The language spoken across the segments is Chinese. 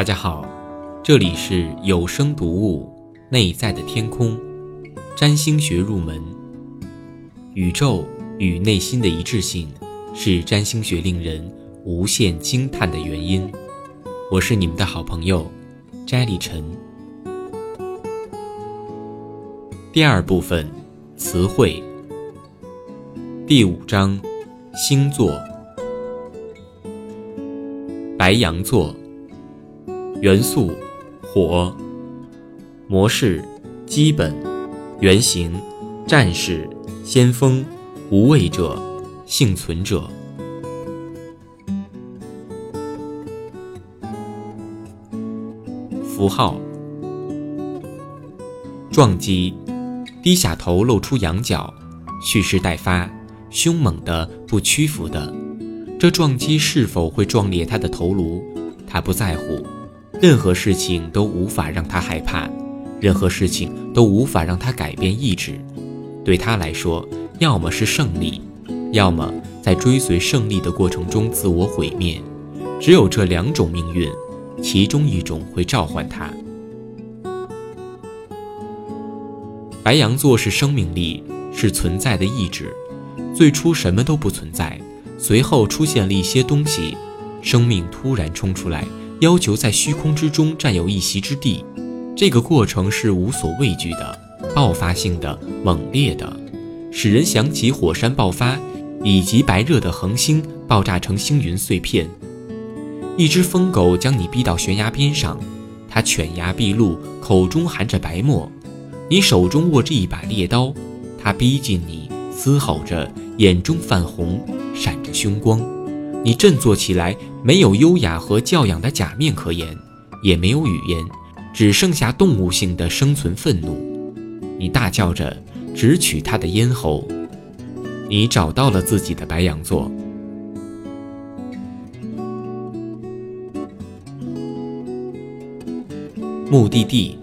大家好，这里是有声读物内在的天空，占星学入门。宇宙与内心的一致性是占星学令人无限惊叹的原因。我是你们的好朋友摘里晨。第二部分，词汇。第5章，星座。白羊座，元素火，模式基本，原型战士、先锋、无畏者、幸存者。符号：撞击，低下头露出羊角，蓄势待发，凶猛的不屈服的。这撞击是否会撞裂他的头颅，他不在乎。任何事情都无法让他害怕，任何事情都无法让他改变意志。对他来说，要么是胜利，要么在追随胜利的过程中自我毁灭。只有这2种命运，其中一种会召唤他。白羊座是生命力，是存在的意志。最初什么都不存在，随后出现了一些东西，生命突然冲出来，要求在虚空之中占有一席之地。这个过程是无所畏惧的，爆发性的，猛烈的，使人想起火山爆发，以及白热的恒星爆炸成星云碎片。一只疯狗将你逼到悬崖边上，它犬牙毕露，口中含着白沫，你手中握着一把猎刀，它逼近你，嘶吼着，眼中泛红，闪着凶光。你振作起来，没有优雅和教养的假面可言，也没有语言，只剩下动物性的生存愤怒。你大叫着，直取他的咽喉。你找到了自己的白羊座。目的地。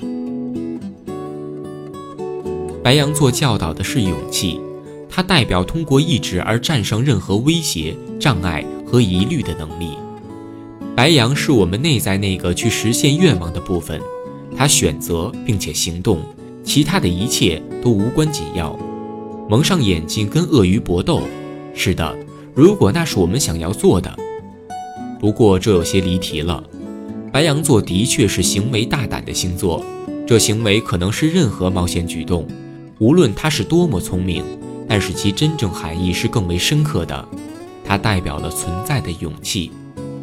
白羊座教导的是勇气，它代表通过意志而战胜任何威胁、障碍和疑虑的能力。白羊是我们内在那个去实现愿望的部分，它选择并且行动，其他的一切都无关紧要。蒙上眼睛跟鳄鱼搏斗，是的，如果那是我们想要做的。不过这有些离题了。白羊座的确是行为大胆的星座，这行为可能是任何冒险举动，无论它是多么聪明，但是其真正含义是更为深刻的，它代表了存在的勇气。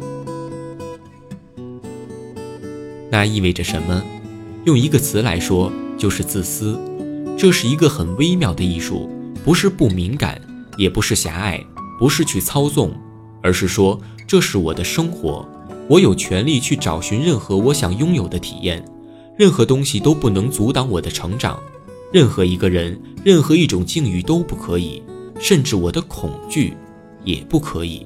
那意味着什么？用一个词来说，就是自私。这是一个很微妙的艺术，不是不敏感，也不是狭隘，不是去操纵，而是说，这是我的生活，我有权利去找寻任何我想拥有的体验，任何东西都不能阻挡我的成长，任何一个人，任何一种境遇都不可以，甚至我的恐惧也不可以。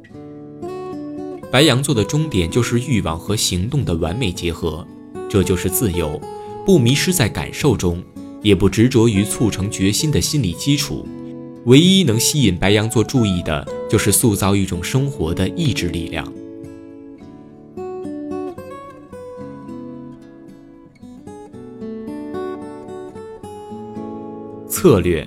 白羊座的终点就是欲望和行动的完美结合，这就是自由，不迷失在感受中，也不执着于促成决心的心理基础。唯一能吸引白羊座注意的，就是塑造一种生活的意志力量。策略。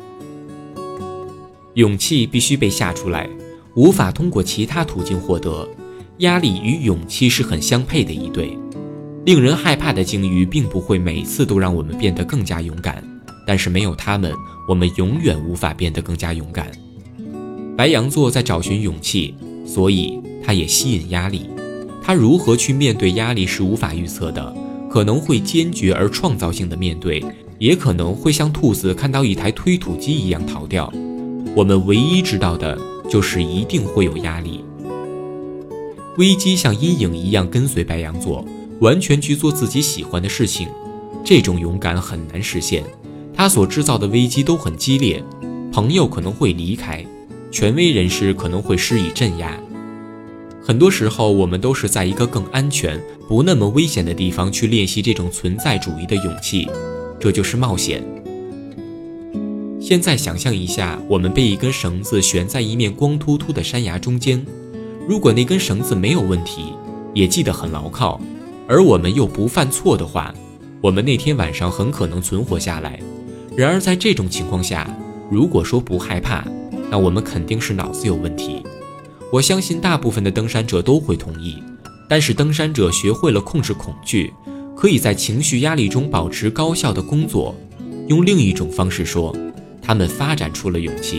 勇气必须被下出来，无法通过其他途径获得。压力与勇气是很相配的一对。令人害怕的境遇并不会每次都让我们变得更加勇敢，但是没有他们，我们永远无法变得更加勇敢。白羊座在找寻勇气，所以它也吸引压力。它如何去面对压力是无法预测的，可能会坚决而创造性的面对，也可能会像兔子看到一台推土机一样逃掉。我们唯一知道的就是一定会有压力。危机像阴影一样跟随白羊座，完全去做自己喜欢的事情。这种勇敢很难实现，他所制造的危机都很激烈，朋友可能会离开，权威人士可能会施以镇压。很多时候我们都是在一个更安全、不那么危险的地方去练习这种存在主义的勇气，这就是冒险。现在想象一下，我们被一根绳子悬在一面光秃秃的山崖中间，如果那根绳子没有问题，也系得很牢靠， 而我们又不犯错的话，我们那天晚上很可能存活下来。然而在这种情况下，如果说不害怕，那我们肯定是脑子有问题。我相信大部分的登山者都会同意，但是登山者学会了控制恐惧，可以在情绪压力中保持高效的工作。用另一种方式说，他们发展出了勇气。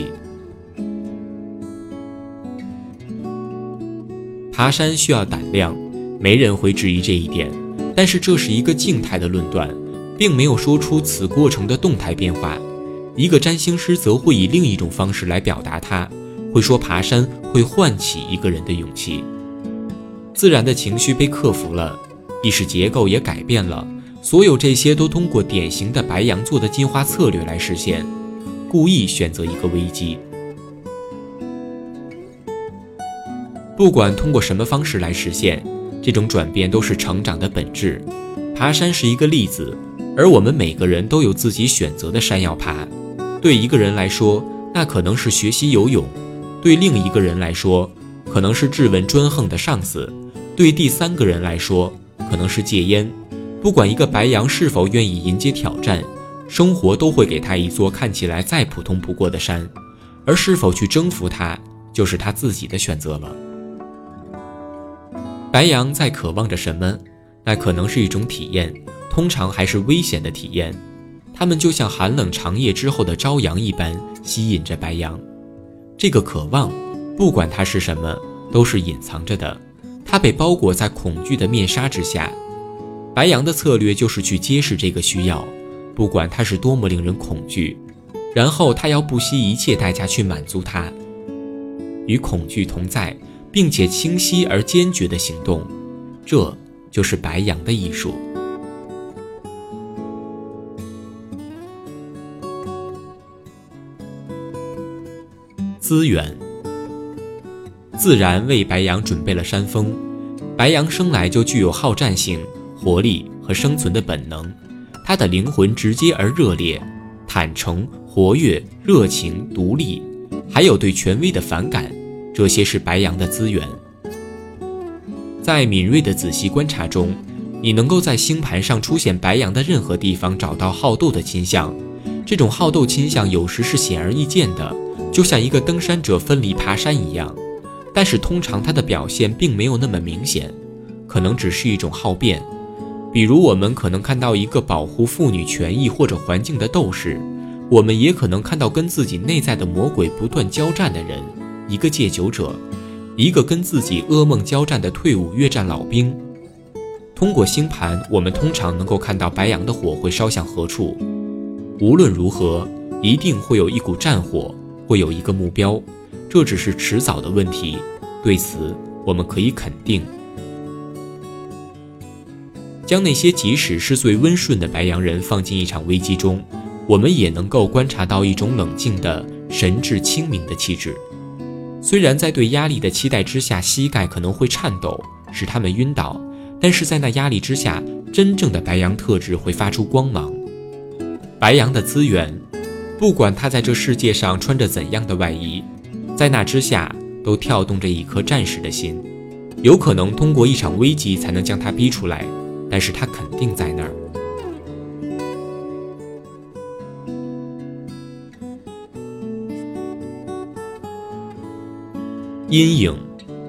爬山需要胆量，没人会质疑这一点，但是这是一个静态的论断，并没有说出此过程的动态变化。一个占星师则会以另一种方式来表达它，会说爬山会唤起一个人的勇气。自然的情绪被克服了，意识结构也改变了，所有这些都通过典型的白羊座的进化策略来实现，故意选择一个危机。不管通过什么方式来实现，这种转变都是成长的本质。爬山是一个例子，而我们每个人都有自己选择的山要爬。对一个人来说，那可能是学习游泳；对另一个人来说，可能是质问专横的上司；对第三个人来说，可能是戒烟。不管一个白羊是否愿意迎接挑战，生活都会给他一座看起来再普通不过的山，而是否去征服它，就是他自己的选择了。白羊在渴望着什么？那可能是一种体验，通常还是危险的体验。它们就像寒冷长夜之后的朝阳一般，吸引着白羊。这个渴望，不管它是什么，都是隐藏着的，它被包裹在恐惧的面纱之下。白羊的策略就是去揭示这个需要，不管它是多么令人恐惧，然后他要不惜一切代价去满足它。与恐惧同在，并且清晰而坚决的行动，这就是白羊的艺术。资源，自然为白羊准备了山峰。白羊生来就具有好战性、活力和生存的本能，他的灵魂直接而热烈，坦诚、活跃、热情、独立，还有对权威的反感，这些是白羊的资源。在敏锐的仔细观察中，你能够在星盘上出现白羊的任何地方找到好斗的倾向。这种好斗倾向有时是显而易见的，就像一个登山者分离爬山一样，但是通常它的表现并没有那么明显，可能只是一种好变。比如我们可能看到一个保护妇女权益或者环境的斗士，我们也可能看到跟自己内在的魔鬼不断交战的人，一个戒酒者，一个跟自己噩梦交战的退伍越战老兵。通过星盘，我们通常能够看到白羊的火会烧向何处。无论如何，一定会有一股战火，会有一个目标，这只是迟早的问题，对此我们可以肯定。将那些即使是最温顺的白羊人放进一场危机中，我们也能够观察到一种冷静的、神志清明的气质。虽然在对压力的期待之下，膝盖可能会颤抖，使他们晕倒，但是在那压力之下，真正的白羊特质会发出光芒。白羊的资源，不管他在这世界上穿着怎样的外衣，在那之下都跳动着一颗战士的心。有可能通过一场危机才能将他逼出来，但是他肯定在那儿。阴影，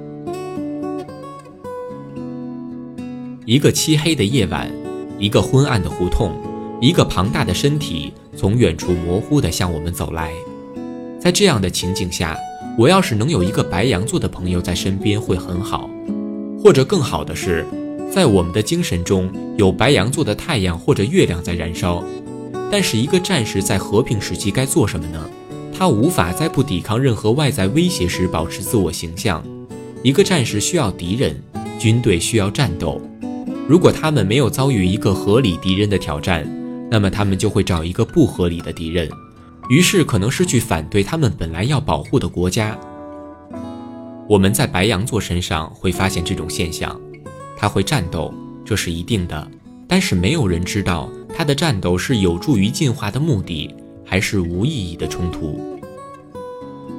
一个漆黑的夜晚，一个昏暗的胡同，一个庞大的身体从远处模糊地向我们走来。在这样的情景下，我要是能有一个白羊座的朋友在身边会很好，或者更好的是，在我们的精神中有白羊座的太阳或者月亮在燃烧。但是一个战士在和平时期该做什么呢？他无法在不抵抗任何外在威胁时保持自我形象。一个战士需要敌人，军队需要战斗。如果他们没有遭遇一个合理敌人的挑战，那么他们就会找一个不合理的敌人，于是可能是去反对他们本来要保护的国家。我们在白羊座身上会发现这种现象，他会战斗，这是一定的，但是没有人知道他的战斗是有助于进化的目的，还是无意义的冲突。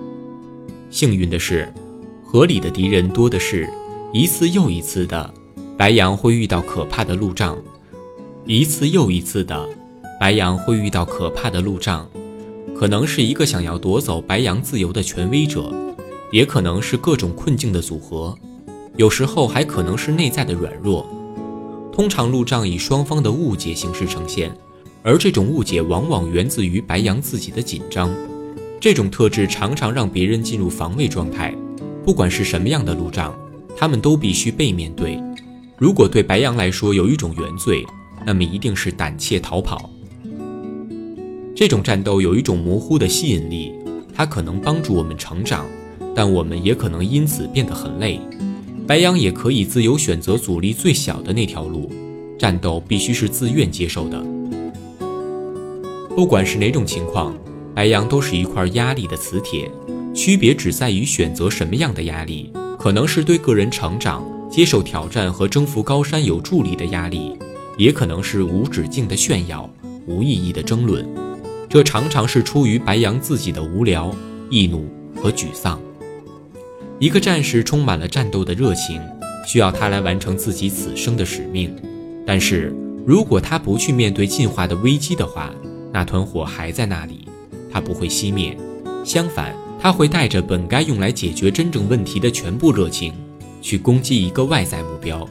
幸运的是，合理的敌人多的是，一次又一次的白羊会遇到可怕的路障，一次又一次的，白羊会遇到可怕的路障，可能是一个想要夺走白羊自由的权威者，也可能是各种困境的组合，有时候还可能是内在的软弱。通常路障以双方的误解形式呈现，而这种误解往往源自于白羊自己的紧张。这种特质常常让别人进入防卫状态，不管是什么样的路障，他们都必须被面对。如果对白羊来说有一种原罪，那么一定是胆怯逃跑。这种战斗有一种模糊的吸引力，它可能帮助我们成长，但我们也可能因此变得很累。白羊也可以自由选择阻力最小的那条路，战斗必须是自愿接受的。不管是哪种情况，白羊都是一块压力的磁铁，区别只在于选择什么样的压力，可能是对个人成长、接受挑战和征服高山有助力的压力，也可能是无止境的炫耀、无意义的争论。这常常是出于白羊自己的无聊、易怒和沮丧。一个战士充满了战斗的热情，需要他来完成自己此生的使命。但是，如果他不去面对进化的危机的话，那团火还在那里，它不会熄灭。相反，他会带着本该用来解决真正问题的全部热情，去攻击一个外在目标。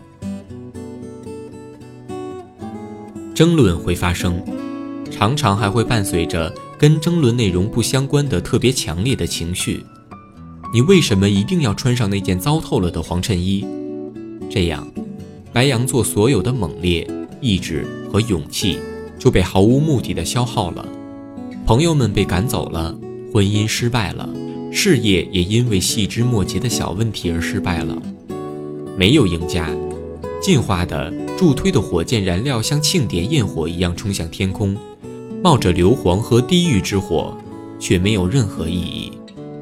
争论会发生，常常还会伴随着跟争论内容不相关的特别强烈的情绪。你为什么一定要穿上那件糟透了的黄衬衣？这样，白羊座所有的猛烈、意志和勇气就被毫无目的地消耗了。朋友们被赶走了，婚姻失败了，事业也因为细枝末节的小问题而失败了。没有赢家，进化的助推的火箭燃料像庆典焰火一样冲向天空，冒着硫磺和地狱之火，却没有任何意义。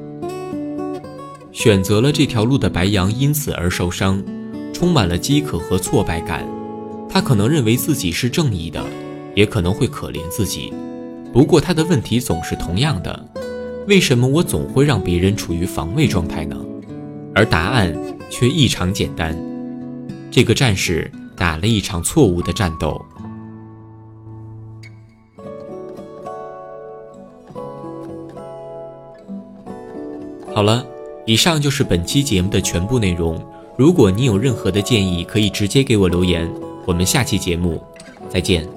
选择了这条路的白羊因此而受伤，充满了饥渴和挫败感。他可能认为自己是正义的，也可能会可怜自己。不过他的问题总是同样的，为什么我总会让别人处于防卫状态呢？而答案却异常简单，这个战士打了一场错误的战斗。好了，以上就是本期节目的全部内容。如果你有任何的建议，可以直接给我留言。我们下期节目再见。